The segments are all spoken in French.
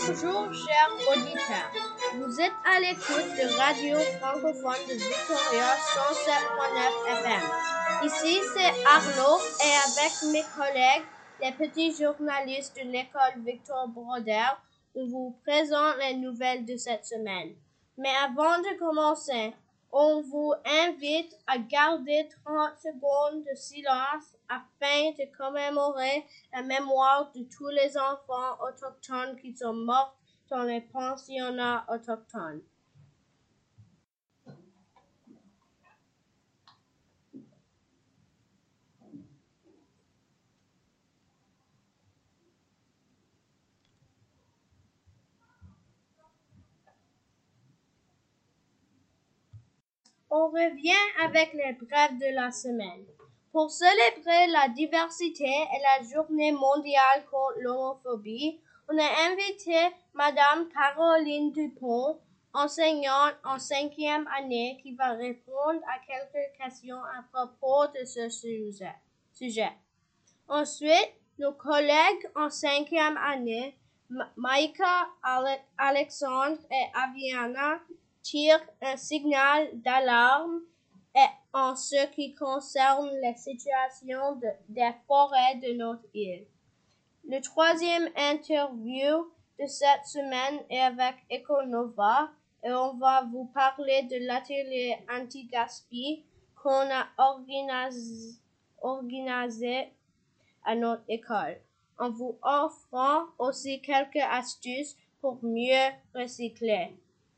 Bonjour, chers auditeurs. Vous êtes à l'écoute de Radio francophone de Victoria 107.9 FM. Ici, c'est Arnaud et avec mes collègues, les petits journalistes de l'école Victor Brodeur, on vous présente les nouvelles de cette semaine. Mais avant de commencer, on vous invite à garder 30 secondes de silence afin de commémorer la mémoire de tous les enfants autochtones qui sont morts dans les pensionnats autochtones. On revient avec les brèves de la semaine. Pour célébrer la diversité et la journée mondiale contre l'homophobie, on a invité Madame Caroline Dupont, enseignante en 5e année, qui va répondre à quelques questions à propos de ce sujet. Ensuite, nos collègues en 5e année, Maïka, Alexandre et Aviana, tirent un signal d'alarme en ce qui concerne la situation des forêts de notre île. Le troisième interview de cette semaine est avec Econova et on va vous parler de l'atelier anti-gaspi qu'on a organisé à notre école, en vous offrant aussi quelques astuces pour mieux recycler.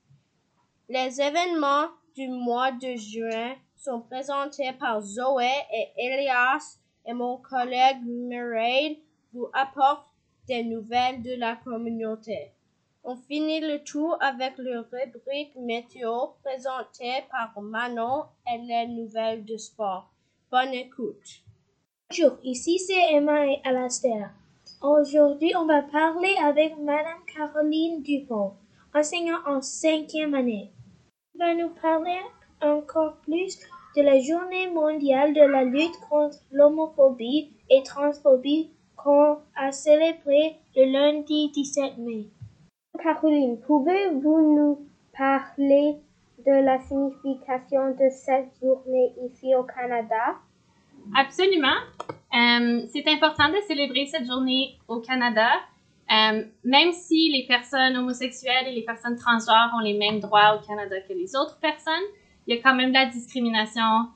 Les événements du mois de juin sont présentés par Zoé et Elias et mon collègue Mairead vous apporte des nouvelles de la communauté. On finit le tout avec le rubrique météo présentée par Manon et les nouvelles de sport. Bonne écoute. Bonjour, ici c'est Emma et Alastair. Aujourd'hui, on va parler avec Madame Caroline Dupont, enseignante en 5e année. Elle va nous parler encore plus de la journée mondiale de la lutte contre l'homophobie et transphobie qu'on a célébré le lundi 17 mai. Caroline, pouvez-vous nous parler de la signification de cette journée ici au Canada? Absolument. C'est important de célébrer cette journée au Canada, même si les personnes homosexuelles et les personnes transgenres ont les mêmes droits au Canada que les autres personnes. Il y a quand même de la discrimination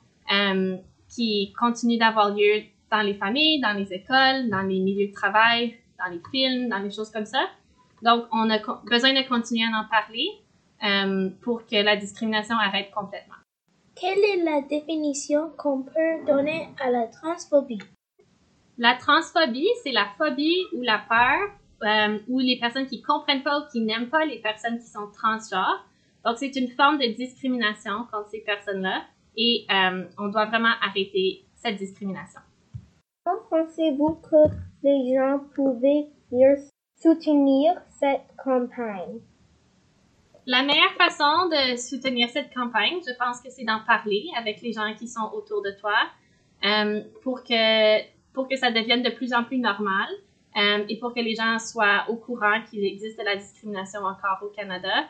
qui continue d'avoir lieu dans les familles, dans les écoles, dans les milieux de travail, dans les films, dans les choses comme ça. Donc, on a besoin de continuer à en parler pour que la discrimination arrête complètement. Quelle est la définition qu'on peut donner à la transphobie? La transphobie, c'est la phobie ou la peur ou les personnes qui ne comprennent pas ou qui n'aiment pas les personnes qui sont transgenres. Donc, c'est une forme de discrimination contre ces personnes-là et on doit vraiment arrêter cette discrimination. Comment pensez-vous que les gens pouvaient mieux soutenir cette campagne? La meilleure façon de soutenir cette campagne, je pense que c'est d'en parler avec les gens qui sont autour de toi pour que ça devienne de plus en plus normal et pour que les gens soient au courant qu'il existe de la discrimination encore au Canada.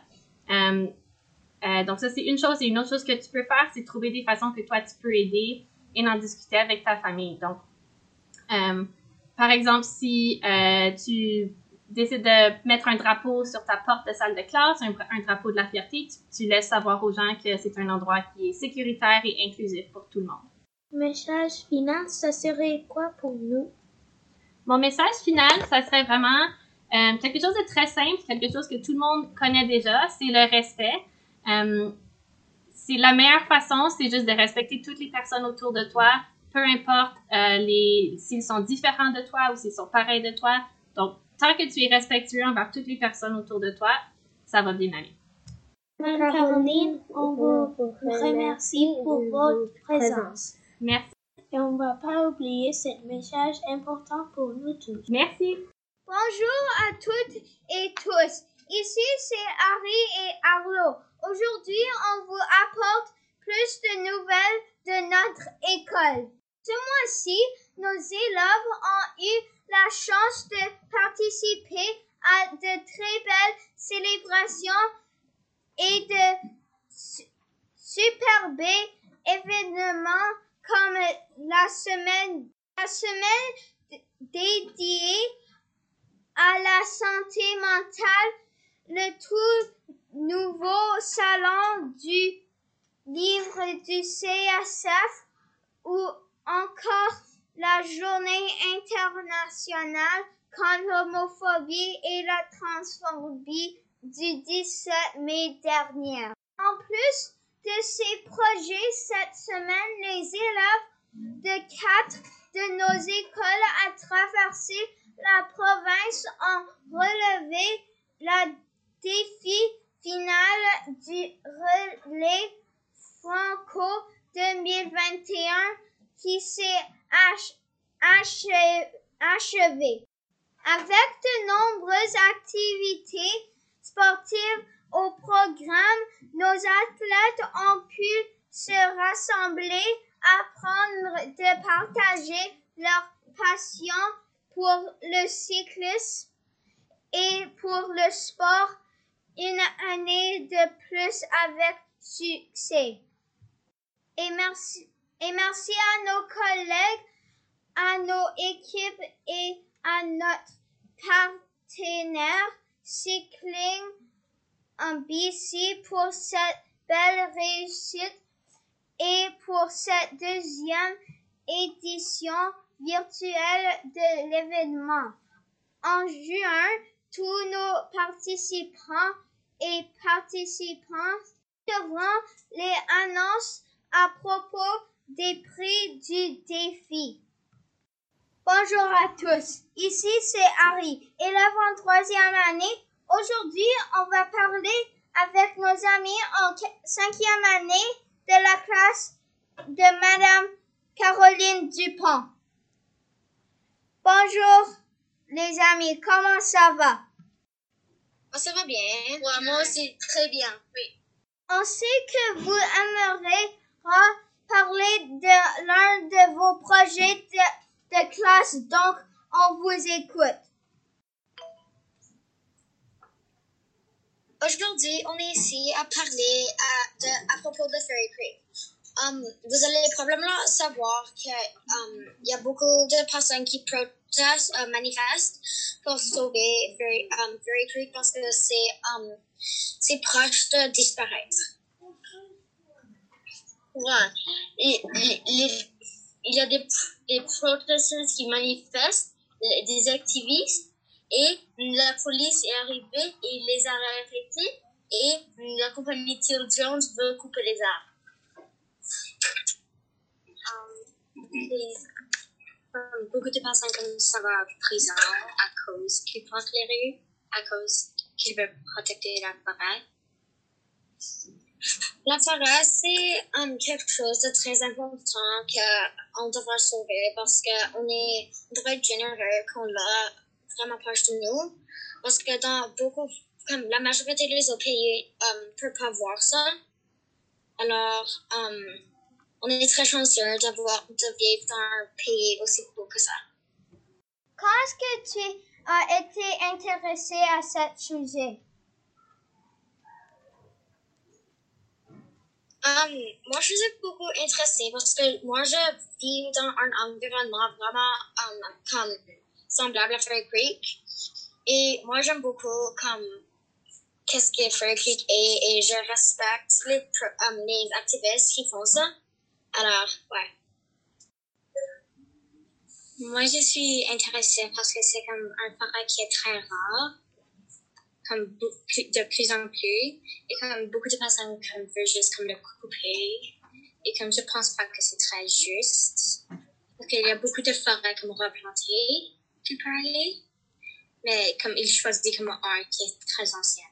Donc ça, c'est une chose. Et une autre chose que tu peux faire, c'est trouver des façons que toi, tu peux aider et en discuter avec ta famille. Donc, par exemple, si tu décides de mettre un drapeau sur ta porte de salle de classe, un drapeau de la fierté, tu laisses savoir aux gens que c'est un endroit qui est sécuritaire et inclusif pour tout le monde. Message final, ça serait quoi pour nous? Mon message final, ça serait vraiment quelque chose de très simple, quelque chose que tout le monde connaît déjà, c'est le respect. C'est la meilleure façon, c'est juste de respecter toutes les personnes autour de toi, peu importe s'ils sont différents de toi ou s'ils sont pareils de toi. Donc, tant que tu es respectueux envers toutes les personnes autour de toi, ça va bien aller. Madame Caroline, on vous remercie pour votre présence. Merci. Et on ne va pas oublier ce message important pour nous tous. Merci. Bonjour à toutes et tous. Ici, c'est Harry et Arlo. Aujourd'hui, on vous apporte plus de nouvelles de notre école. Ce mois-ci, nos élèves ont eu la chance de participer à de très belles célébrations et de superbes événements comme la semaine dédiée à la santé mentale, le tout nouveau salon du livre du CSF ou encore la journée internationale contre l'homophobie et la transphobie du 17 mai dernier. En plus de ces projets, cette semaine, les élèves de 4 de nos écoles à travers la province ont relevé le défi final du relais Franco 2021 qui s'est achevé. Avec de nombreuses activités sportives au programme, nos athlètes ont pu se rassembler, apprendre de partager leur passion pour le cyclisme et pour le sport une année de plus avec succès. Et merci à nos collègues, à nos équipes et à notre partenaire Cycling en BC pour cette belle réussite et pour cette deuxième édition virtuelle de l'événement. En juin, tous nos participants et participantes devront les annonces à propos des prix du défi. Bonjour à tous, ici c'est Harry, élève en 3e année. Aujourd'hui, on va parler avec nos amis en 5e année de la classe de Madame Caroline Dupont. Bonjour les amis, comment ça va? Ça va bien. Ouais, moi aussi, très bien, oui. On sait que vous aimeriez parler de l'un de vos projets de classe, donc on vous écoute. Aujourd'hui, on est ici à parler à propos de Fairy Creek. Vous allez probablement savoir qu'il y a beaucoup de personnes qui protestent, manifestent pour sauver Fairy Creek parce que c'est proche de disparaître. Ouais. Il y a des protestants qui manifestent, des activistes, et la police est arrivée et les a arrêtés, et la compagnie Teal Jones veut couper les arbres. Beaucoup de personnes comme ça vont à prison à cause qu'ils plantent les rues, à cause qu'ils veulent protéger la forêt. La forêt, c'est quelque chose de très important qu'on devrait sauver parce qu'on devrait être généreux qu'on l'a vraiment proche de nous. Parce que dans comme la majorité des autres pays ne peuvent pas voir ça. Alors, on est très chanceux de vivre dans un pays aussi beau que ça. Quand est-ce que tu as été intéressé à ce sujet? Moi, je suis beaucoup intéressée parce que moi, je vis dans un environnement vraiment comme semblable à Fairy Creek. Et moi, j'aime beaucoup qu'est-ce que Fairy Creek est et je respecte les activistes qui font ça. Alors, ouais. Moi, je suis intéressée parce que c'est comme un forêt qui est très rare, comme de plus en plus, et comme beaucoup de personnes veulent juste le couper, et comme je pense pas que c'est très juste, parce qu'il y a beaucoup de forêts replantées qui peut aller, mais comme ils choisissent comme un qui est très ancien.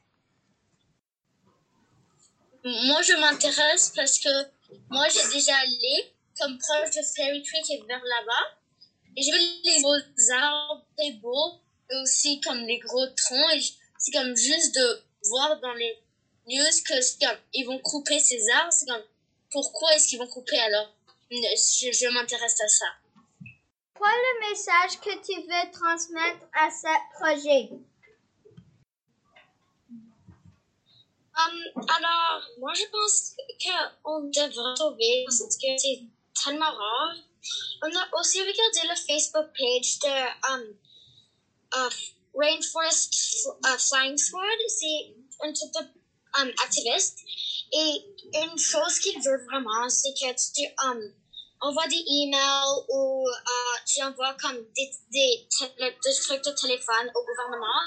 Moi, je m'intéresse parce que moi, j'ai déjà allé comme proche de Fairy Creek et vers là-bas. Et j'ai vu les beaux arbres très beaux, et aussi comme les gros troncs. Et c'est comme juste de voir dans les news que c'est comme ils vont couper ces arbres. C'est comme pourquoi est-ce qu'ils vont couper alors? Je m'intéresse à ça. Quel est le message que tu veux transmettre à ce projet? Alors, moi, je pense qu'on devrait sauver parce que c'est tellement rare. On a aussi regardé le Facebook page de Rainforest Flying Squad. C'est un type d'activiste. Et une chose qu'il veut vraiment, c'est que tu envoies des emails ou tu envoies comme des trucs de téléphone au gouvernement.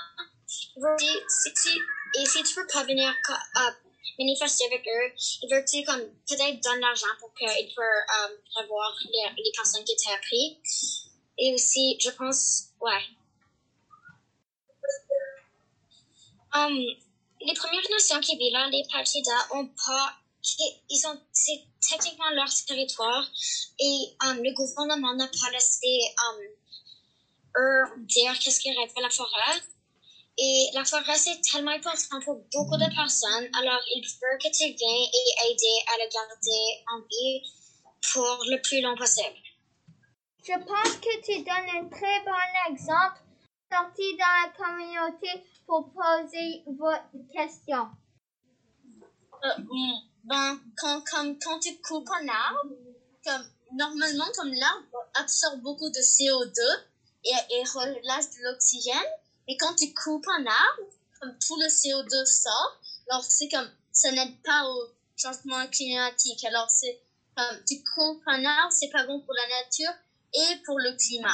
Et si tu veux pas venir manifester avec eux, ils veulent comme peut-être donner l'argent pour qu'ils peuvent revoir les personnes qui étaient prises. Et aussi, je pense, ouais. Les Premières Nations qui vivent là, les Patridas, c'est techniquement leur territoire et le gouvernement n'a pas laissé eux dire qu'est-ce qu'il reste de la forêt. Et la forêt, c'est tellement important pour beaucoup de personnes, alors il faut que tu viennes et aider à le garder en vie pour le plus long possible. Je pense que tu donnes un très bon exemple sorti dans la communauté pour poser votre question. Quand tu coupes un arbre, normalement, comme l'arbre absorbe beaucoup de CO2 et relâche de l'oxygène, mais quand tu coupes un arbre, comme tout le CO2 sort, alors c'est comme ça n'aide pas au changement climatique. Alors c'est comme tu coupes un arbre, c'est pas bon pour la nature et pour le climat.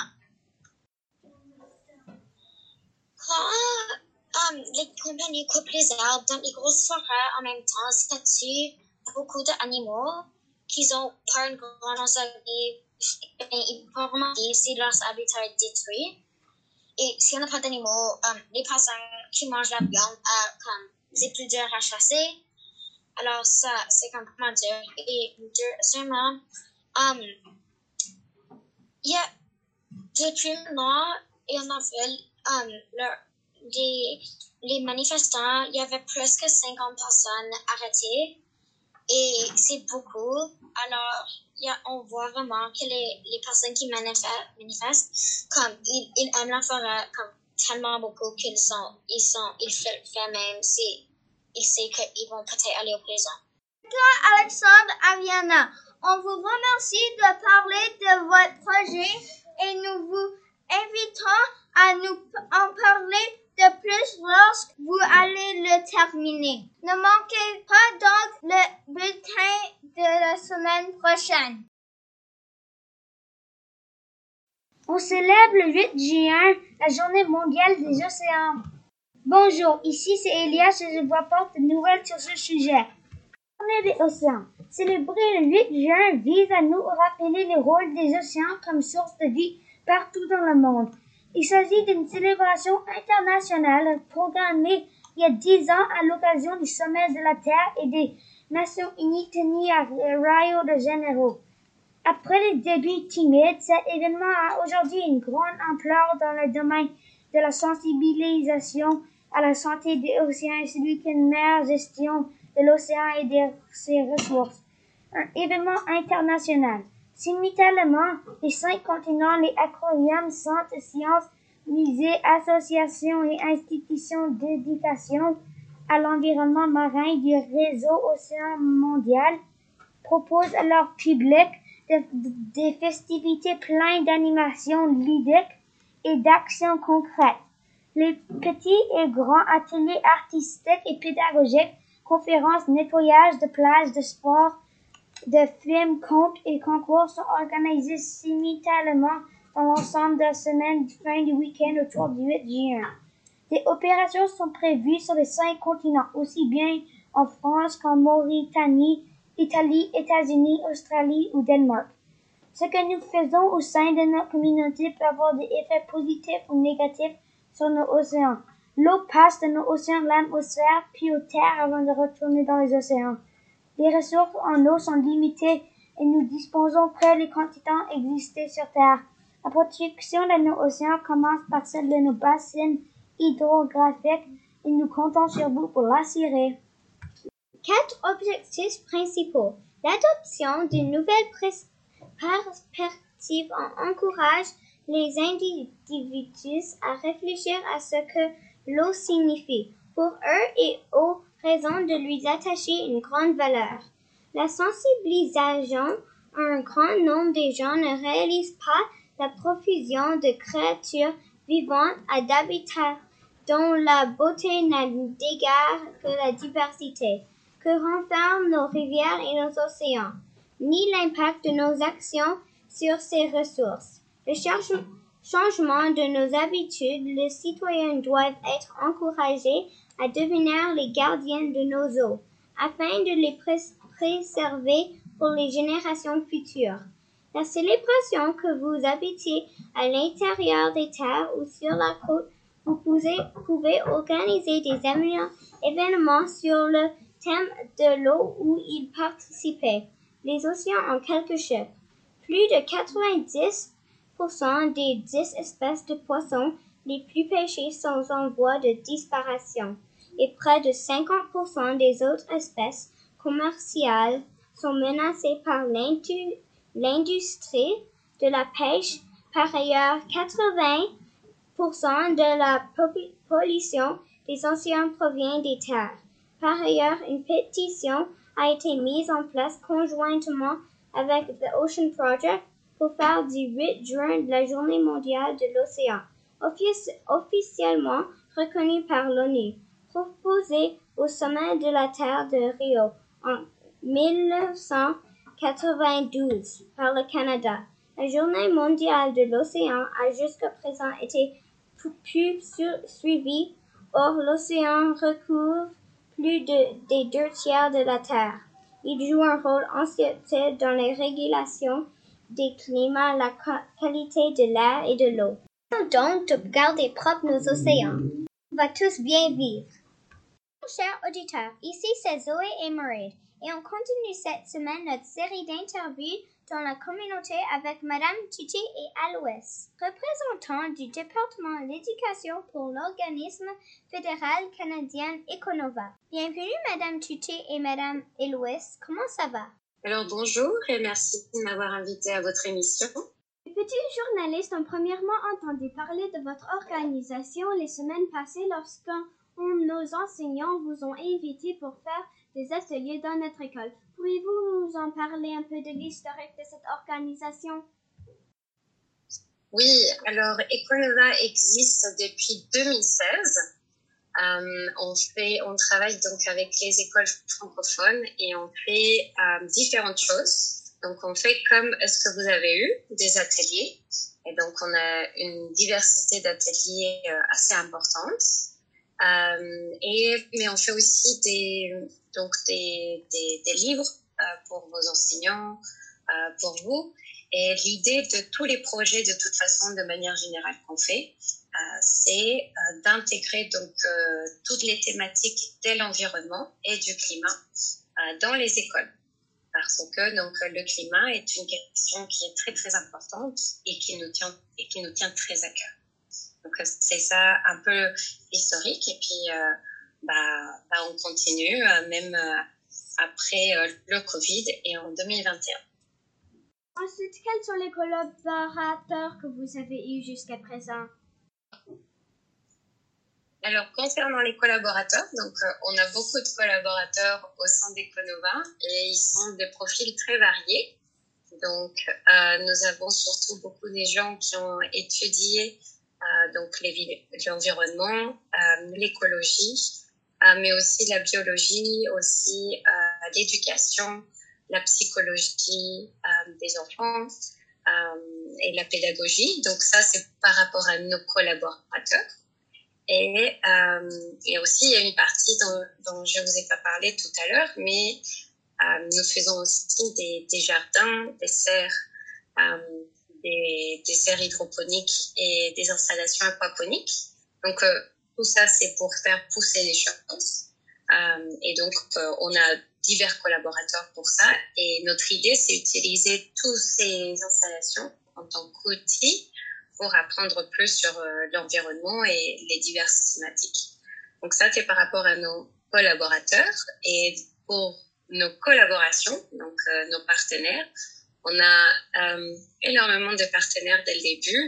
Quand les compagnies coupent les arbres dans les grosses forêts en même temps, ça tue beaucoup d'animaux qui ont pas une grande chance à vivre. Ils vont vraiment vivre si leur habitat est détruit. Et si on n'a pas d'animaux, les personnes qui mangent la viande, c'est plus dur à chasser. Alors ça, c'est complètement dur. Et deuxièmement, depuis maintenant et en avril, les manifestants, il y avait presque 50 personnes arrêtées et c'est beaucoup. Alors, on voit vraiment que les personnes qui manifestent, comme ils aiment la forêt comme tellement beaucoup qu'ils fait même si ils savent qu'ils vont peut-être aller au prison. Alexandre Aviana, on vous remercie de parler de votre projet et nous vous invitons à nous en parler de plus lorsque vous allez le terminer. Ne manquez pas donc le bulletin de la semaine prochaine. On célèbre le 8 juin la Journée mondiale des océans. Bonjour, ici c'est Elias et je vous apporte de nouvelles sur ce sujet. La Journée des océans. Célébrer le 8 juin vise à nous rappeler le rôle des océans comme source de vie partout dans le monde. Il s'agit d'une célébration internationale programmée il y a 10 ans à l'occasion du sommet de la Terre et des Nations Unies tenu à Rio de Janeiro. Après les débuts timides, cet événement a aujourd'hui une grande ampleur dans le domaine de la sensibilisation à la santé des océans ainsi qu'une meilleure gestion de l'océan et de ses ressources. Un événement international. Simultanément, les 5 continents, les aquariums, centres, sciences, musées, associations et institutions d'éducation à l'environnement marin du réseau Océan Mondial proposent à leur public des festivités pleines d'animations ludiques et d'actions concrètes. Les petits et grands ateliers artistiques et pédagogiques, conférences, nettoyage de plages, de sport, de films, contes et concours sont organisés simultanément dans l'ensemble de la semaine fin du week-end autour du 8 juin. Des opérations sont prévues sur les 5 continents, aussi bien en France qu'en Mauritanie, Italie, États-Unis, Australie ou Danemark. Ce que nous faisons au sein de notre communauté peut avoir des effets positifs ou négatifs sur nos océans. L'eau passe de nos océans à l'atmosphère puis aux terres avant de retourner dans les océans. Les ressources en eau sont limitées et nous disposons près des continents existants sur Terre. La protection de nos océans commence par celle de nos bassins hydrographiques et nous comptons sur vous pour l'assurer. 4 objectifs principaux. L'adoption d'une nouvelle perspective encourage les individus à réfléchir à ce que l'eau signifie pour eux et aux raison de lui attacher une grande valeur. La sensibilisation à un grand nombre de gens ne réalise pas la profusion de créatures vivantes et d'habitats dont la beauté n'a d'égard que la diversité que renferment nos rivières et nos océans, ni l'impact de nos actions sur ces ressources. Le changement de nos habitudes, les citoyens doivent être encouragés à devenir les gardiens de nos eaux, afin de les préserver pour les générations futures. La célébration que vous habitiez à l'intérieur des terres ou sur la côte, vous pouvez organiser des événements sur le thème de l'eau où y participer. Les océans ont quelque chose. Plus de 90% des 10 espèces de poissons les plus pêchées sont en voie de disparition et près de 50% des autres espèces commerciales sont menacées par l'industrie de la pêche. Par ailleurs, 80% de la pollution des océans provient des terres. Par ailleurs, une pétition a été mise en place conjointement avec The Ocean Project pour faire du 8 juin la Journée mondiale de l'océan, officiellement reconnue par l'ONU, proposée au sommet de la Terre de Rio en 1992 par le Canada. La Journée mondiale de l'océan a jusqu'à présent été plus suivie. Or, l'océan recouvre plus des 2 tiers de la Terre. Il joue un rôle essentiel dans les régulations des climats, la qualité de l'air et de l'eau. Donc, de garder propres nos océans. On va tous bien vivre. Chers auditeurs, ici c'est Zoé et Marie, et on continue cette semaine notre série d'interviews dans la communauté avec Madame Tutti et Alois, représentants du département de l'éducation pour l'organisme fédéral canadien Econova. Bienvenue Madame Tutti et Madame Alois, comment ça va? Alors bonjour et merci de m'avoir invité à votre émission. Les petits journalistes ont premièrement entendu parler de votre organisation les semaines passées lorsque nos enseignants vous ont invité pour faire des ateliers dans notre école. Pourriez-vous nous en parler un peu de l'historique de cette organisation? Oui, alors Econova existe depuis 2016. On travaille donc avec les écoles francophones et on fait différentes choses. Donc on fait comme ce que vous avez eu, des ateliers. Et donc on a une diversité d'ateliers assez importante. Mais on fait aussi des livres pour vos enseignants, pour vous. Et l'idée de tous les projets, de toute façon, de manière générale qu'on fait, c'est d'intégrer donc toutes les thématiques de l'environnement et du climat dans les écoles. Parce que donc le climat est une question qui est très très importante et qui nous tient très à cœur. Donc c'est ça un peu historique et puis on continue même après le Covid et en 2021. Ensuite, quels sont les collaborateurs que vous avez eus jusqu'à présent? Alors, concernant les collaborateurs, donc on a beaucoup de collaborateurs au sein d'Econova et ils sont de profils très variés. Donc, nous avons surtout beaucoup des gens qui ont étudié donc l'environnement, l'écologie, mais aussi la biologie, aussi l'éducation, la psychologie des enfants et la pédagogie. Donc ça, c'est par rapport à nos collaborateurs. Et aussi, il y a une partie dont je ne vous ai pas parlé tout à l'heure, mais nous faisons aussi des jardins, des serres, des serres hydroponiques et des installations aquaponiques. Donc, tout ça, c'est pour faire pousser les choses. Et donc, on a divers collaborateurs pour ça. Et notre idée, c'est d'utiliser toutes ces installations en tant qu'outils pour apprendre plus sur l'environnement et les diverses thématiques. Donc ça, c'est par rapport à nos collaborateurs. Et pour nos collaborations, donc nos partenaires, on a énormément de partenaires dès le début.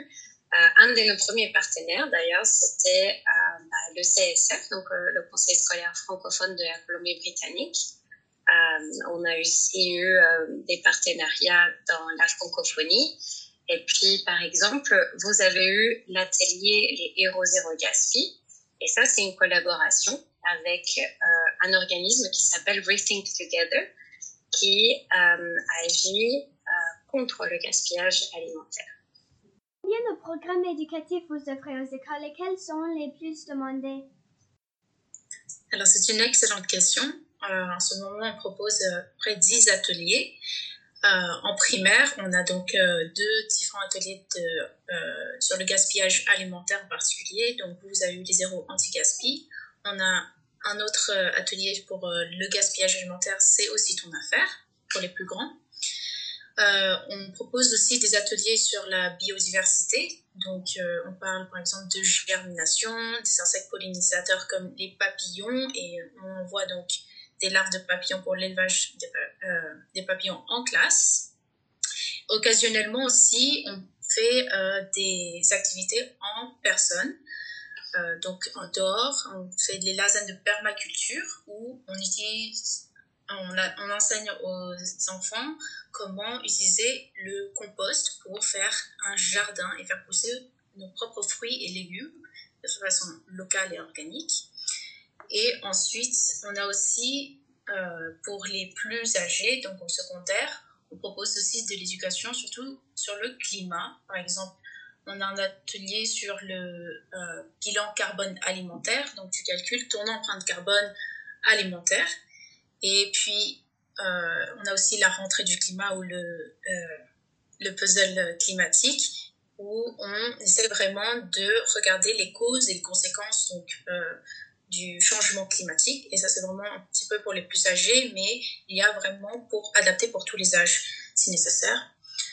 Un de nos premiers partenaires, d'ailleurs, c'était le CSF, donc le Conseil scolaire francophone de la Colombie-Britannique. On a aussi eu des partenariats dans la francophonie. Et puis, par exemple, vous avez eu l'atelier Les Héros Zéro Gaspille. Et ça, c'est une collaboration avec un organisme qui s'appelle Rethink Together, qui agit contre le gaspillage alimentaire. Combien de programmes éducatifs vous offrez aux écoles et quels sont les plus demandés? Alors, c'est une excellente question. En ce moment, on propose près de 10 ateliers. En primaire, on a donc 2 différents ateliers sur le gaspillage alimentaire en particulier. Donc, vous avez eu les zéro anti-gaspi. On a un autre atelier pour le gaspillage alimentaire, c'est aussi ton affaire, pour les plus grands. On propose aussi des ateliers sur la biodiversité. Donc, on parle par exemple de germination, des insectes pollinisateurs comme les papillons, et on voit donc des larves de papillons pour l'élevage des papillons en classe. Occasionnellement aussi, on fait des activités en personne. Donc, en dehors, on fait des lasanes de permaculture où on enseigne aux enfants comment utiliser le compost pour faire un jardin et faire pousser nos propres fruits et légumes de façon locale et organique. Et ensuite, on a aussi, pour les plus âgés, donc au secondaire, on propose aussi de l'éducation, surtout sur le climat. Par exemple, on a un atelier sur le bilan carbone alimentaire. Donc, tu calcules ton empreinte carbone alimentaire. Et puis, on a aussi la rentrée du climat ou le puzzle climatique, où on essaie vraiment de regarder les causes et les conséquences donc, du changement climatique. Et ça, c'est vraiment un petit peu pour les plus âgés, mais il y a vraiment adapté pour tous les âges, si nécessaire.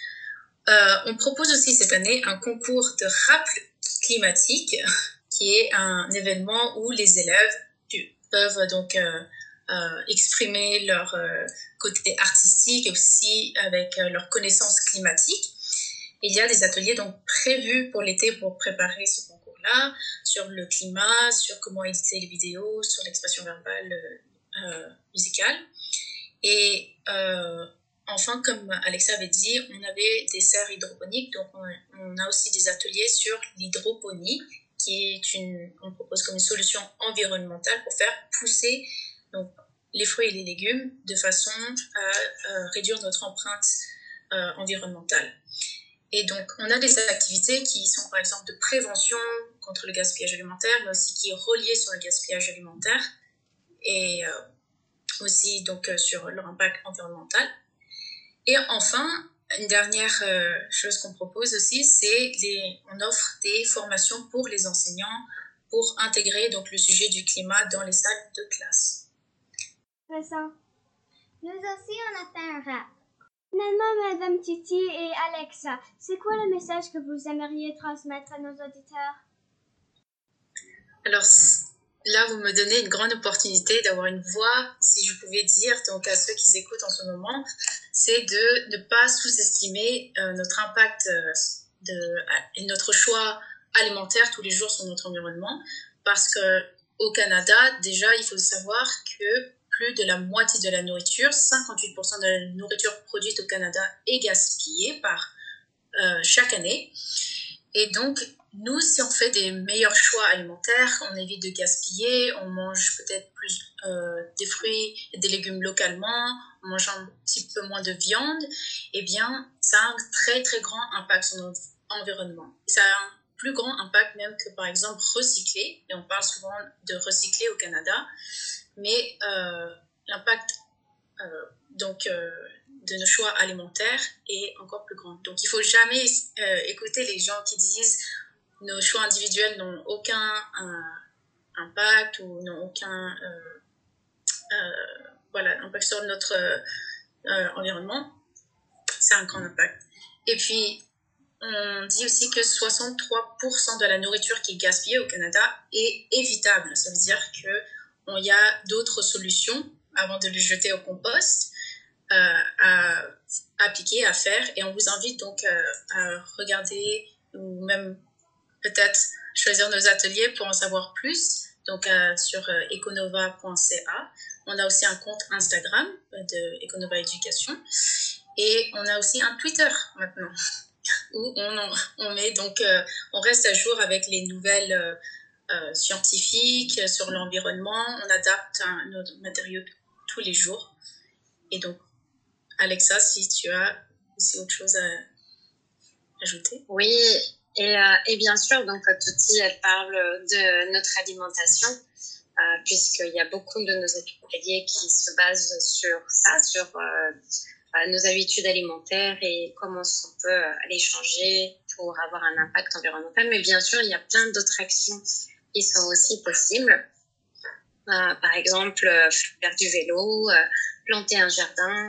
On propose aussi cette année un concours de rap climatique, qui est un événement où les élèves peuvent donc exprimer leur côté artistique et aussi avec leurs connaissances climatiques. Il y a des ateliers donc prévus pour l'été pour préparer ce concours-là, sur le climat, sur comment éditer les vidéos, sur l'expression verbale musicale. Et enfin, comme Alexa avait dit, on avait des serres hydroponiques, donc on a aussi des ateliers sur l'hydroponie, qui est on propose comme une solution environnementale pour faire pousser donc, les fruits et les légumes de façon à réduire notre empreinte environnementale. Et donc, on a des activités qui sont par exemple de prévention contre le gaspillage alimentaire, mais aussi qui est relié sur le gaspillage alimentaire et aussi donc sur leur impact environnemental. Et enfin, une dernière chose qu'on propose aussi, c'est on offre des formations pour les enseignants pour intégrer donc le sujet du climat dans les salles de classe. Intéressant. Nous aussi, on a fait un rap. Finalement, Madame Titi et Alexa, c'est quoi le message que vous aimeriez transmettre à nos auditeurs? Alors, là, vous me donnez une grande opportunité d'avoir une voix, si je pouvais dire, donc à ceux qui écoutent en ce moment, c'est de ne pas sous-estimer notre impact et notre choix alimentaire tous les jours sur notre environnement, parce qu'au Canada, déjà, il faut savoir que plus de la moitié de la nourriture, 58% de la nourriture produite au Canada est gaspillée chaque année. Et donc, nous, si on fait des meilleurs choix alimentaires, on évite de gaspiller, on mange peut-être plus des fruits et des légumes localement, on mange un petit peu moins de viande, eh bien, ça a un très, très grand impact sur notre environnement. Et ça a un plus grand impact même que, par exemple, recycler. Et on parle souvent de recycler au Canada, mais l'impact de nos choix alimentaires est encore plus grand. Donc, il ne faut jamais écouter les gens qui disent nos choix individuels n'ont aucun impact ou n'ont aucun impact sur notre environnement. C'est un grand impact. Et puis, on dit aussi que 63% de la nourriture qui est gaspillée au Canada est évitable. Ça veut dire qu'il y a d'autres solutions avant de le jeter au compost à appliquer, à faire. Et on vous invite donc à regarder ou même peut-être choisir nos ateliers pour en savoir plus. Donc, sur econova.ca. On a aussi un compte Instagram de Econova Éducation. Et on a aussi un Twitter maintenant, où on met donc, on reste à jour avec les nouvelles scientifiques sur l'environnement. On adapte nos matériaux tous les jours. Et donc, Alexa, si tu as aussi autre chose à ajouter. Oui, et bien sûr, donc Tuti, elle parle de notre alimentation, puisqu'il y a beaucoup de nos ateliers qui se basent sur ça, sur nos habitudes alimentaires et comment on peut les changer pour avoir un impact environnemental. Mais bien sûr, il y a plein d'autres actions qui sont aussi possibles. Par exemple, faire du vélo, planter un jardin,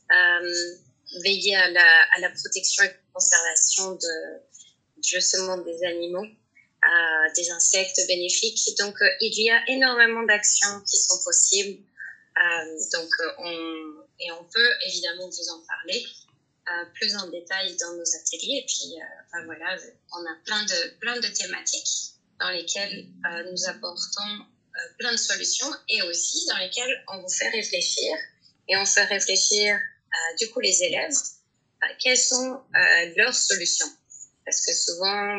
veiller à la protection et conservation justement des animaux, des insectes bénéfiques. Donc, il y a énormément d'actions qui sont possibles. Donc, on peut évidemment vous en parler plus en détail dans nos ateliers. Et puis, voilà, on a plein de thématiques dans lesquelles nous apportons plein de solutions et aussi dans lesquelles on vous fait réfléchir et on fait réfléchir du coup les élèves quelles sont leurs solutions. Parce que souvent,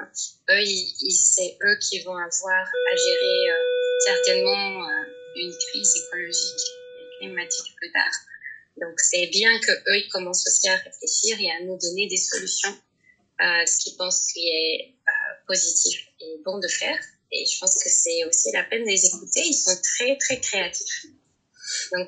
c'est eux qui vont avoir à gérer certainement une crise écologique et climatique plus tard. Donc, c'est bien qu'eux, ils commencent aussi à réfléchir et à nous donner des solutions, ce qu'ils pensent qui est positif et bon de faire. Et je pense que c'est aussi la peine de les écouter. Ils sont très, très créatifs. Donc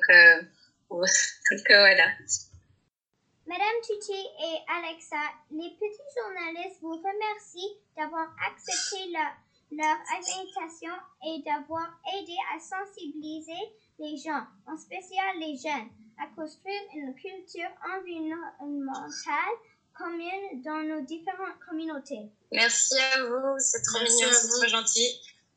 voilà. Madame Tuti et Alexa, les petits journalistes vous remercient d'avoir accepté leur invitation et d'avoir aidé à sensibiliser les gens, en spécial les jeunes, à construire une culture environnementale commune dans nos différentes communautés. Merci à vous, c'est trop mignon, c'est trop gentil.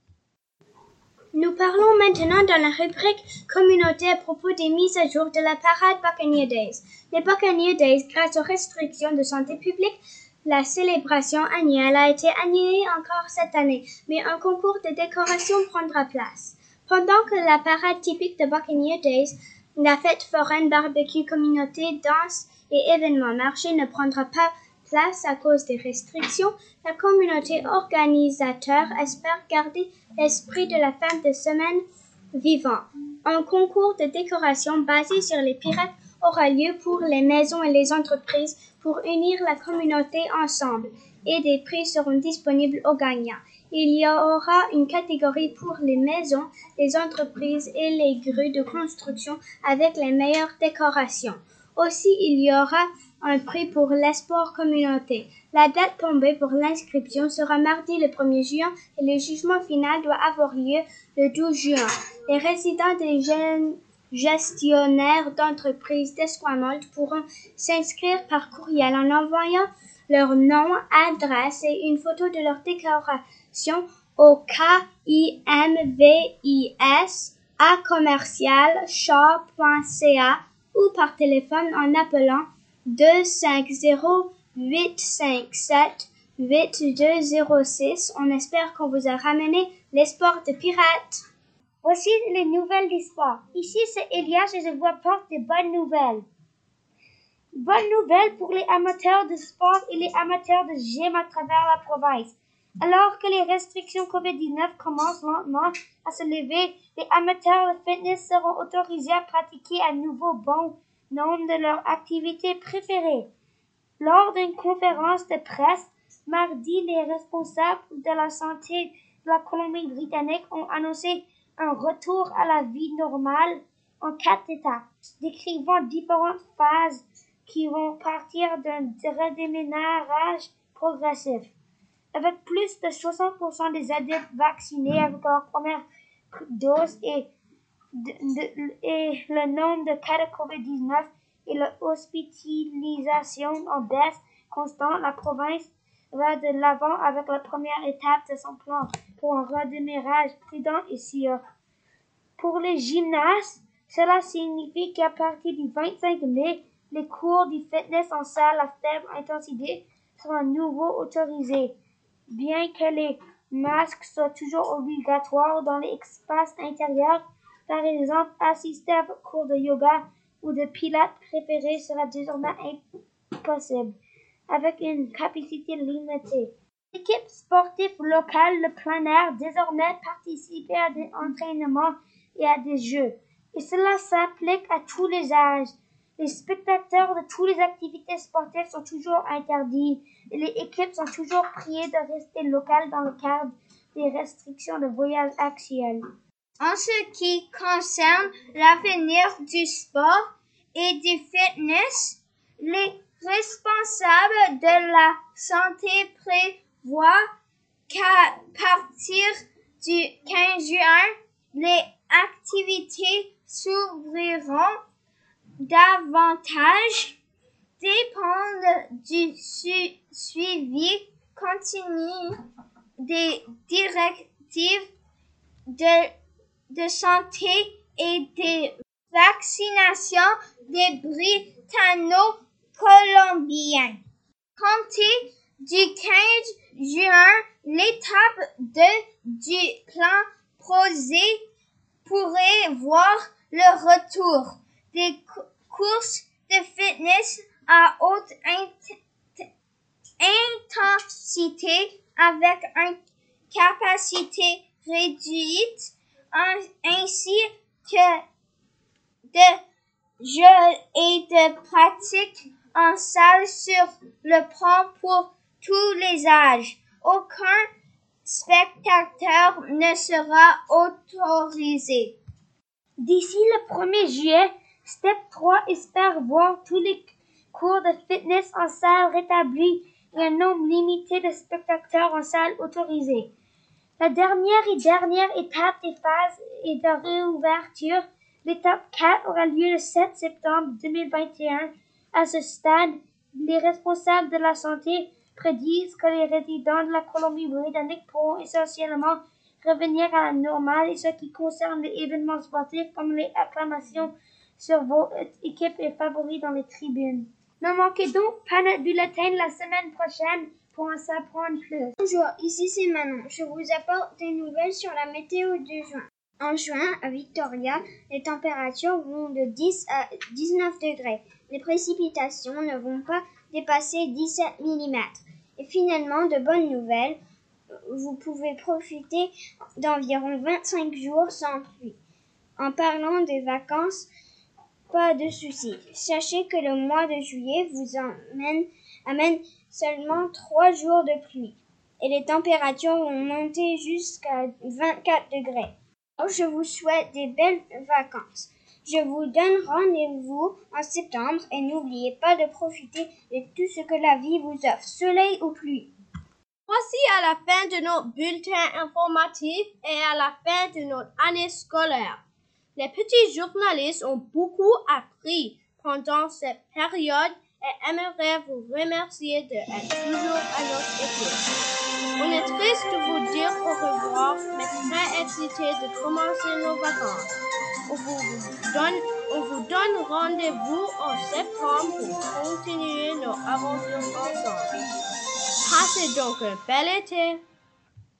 Nous parlons maintenant dans la rubrique communauté à propos des mises à jour de la parade Buccaneer Days. Les Buccaneer Days, grâce aux restrictions de santé publique, la célébration annuelle a été annulée encore cette année, mais un concours de décoration prendra place. Pendant que la parade typique de Buccaneer Days, la fête foraine, barbecue, communauté, danse et événements marché ne prendra pas place à cause des restrictions, la communauté organisateur espère garder l'esprit de la fin de semaine vivant. Un concours de décoration basé sur les pirates aura lieu pour les maisons et les entreprises pour unir la communauté ensemble et des prix seront disponibles aux gagnants. Il y aura une catégorie pour les maisons, les entreprises et les grues de construction avec les meilleures décorations. Aussi, il y aura un prix pour l'esport communauté. La date tombée pour l'inscription sera mardi le 1er juin et le jugement final doit avoir lieu le 12 juin. Les résidents des gestionnaires d'entreprises d'Esquimalt pourront s'inscrire par courriel en envoyant leur nom, adresse et une photo de leur décoration au KIMVIS@commercial-shaw.ca ou par téléphone en appelant 250-857-8206. On espère qu'on vous a ramené les sports de pirates. Voici les nouvelles du sport. Ici, c'est Elias et je vous apporte des bonnes nouvelles. Bonne nouvelle pour les amateurs de sport et les amateurs de gym à travers la province. Alors que les restrictions COVID-19 commencent lentement à se lever, les amateurs de fitness seront autorisés à pratiquer à nouveau bon nombre de leurs activités préférées. Lors d'une conférence de presse, mardi, les responsables de la santé de la Colombie-Britannique ont annoncé un retour à la vie normale en 4 étapes, décrivant différentes phases qui vont partir d'un redémarrage progressif. Avec plus de 60% des adultes vaccinés avec leur première dose et le nombre de cas de COVID-19 et l'hospitalisation en baisse constante, la province va de l'avant avec la première étape de son plan pour un redémarrage prudent et sûr. Pour les gymnastes, cela signifie qu'à partir du 25 mai, les cours du fitness en salle à faible intensité seront à nouveau autorisés. Bien que les masques soient toujours obligatoires dans les espaces intérieurs, par exemple, assister à vos cours de yoga ou de pilates préférés sera désormais impossible, avec une capacité limitée. L'équipe sportive locale, le plein air, désormais participer à des entraînements et à des jeux. Et cela s'applique à tous les âges. Les spectateurs de toutes les activités sportives sont toujours interdits et les équipes sont toujours priées de rester locales dans le cadre des restrictions de voyage actuelles. En ce qui concerne l'avenir du sport et du fitness, les responsables de la santé prévoient qu'à partir du 15 juin, les activités s'ouvriront davantage, dépendent du suivi continu des directives de santé et des vaccinations des Britanno-Colombiens. Compté du 15 juin, l'étape 2 du plan PROSÉ pourrait voir le retour des courses de fitness à haute intensité avec une capacité réduite ainsi que de jeux et de pratiques en salle sur le pont pour tous les âges. Aucun spectateur ne sera autorisé. D'ici le 1er juillet, Step 3 espère voir tous les cours de fitness en salle rétablis et un nombre limité de spectateurs en salle autorisés. La dernière étape des phases est de réouverture. L'étape 4 aura lieu le 7 septembre 2021. À ce stade, les responsables de la santé prédisent que les résidents de la Colombie-Britannique pourront essentiellement revenir à la normale et ce qui concerne les événements sportifs comme les acclamations sur vos équipes et favoris dans les tribunes. Ne manquez donc pas notre bulletin la semaine prochaine pour en s'apprendre plus. Bonjour, ici c'est Manon. Je vous apporte des nouvelles sur la météo de juin. En juin, à Victoria, les températures vont de 10 à 19 degrés. Les précipitations ne vont pas dépasser 17 mm. Et finalement, de bonnes nouvelles, vous pouvez profiter d'environ 25 jours sans pluie. En parlant des vacances, pas de souci. Sachez que le mois de juillet vous amène seulement 3 jours de pluie. Et les températures vont monter jusqu'à 24 degrés. Alors, je vous souhaite des belles vacances. Je vous donne rendez-vous en septembre et n'oubliez pas de profiter de tout ce que la vie vous offre, soleil ou pluie. Voici à la fin de notre bulletin informatif et à la fin de notre année scolaire. Les petits journalistes ont beaucoup appris pendant cette période et aimeraient vous remercier d'être toujours à notre écoute. On est triste de vous dire au revoir, mais très excités de commencer nos vacances. On vous donne rendez-vous en septembre pour continuer nos aventures ensemble. Passez donc un bel été.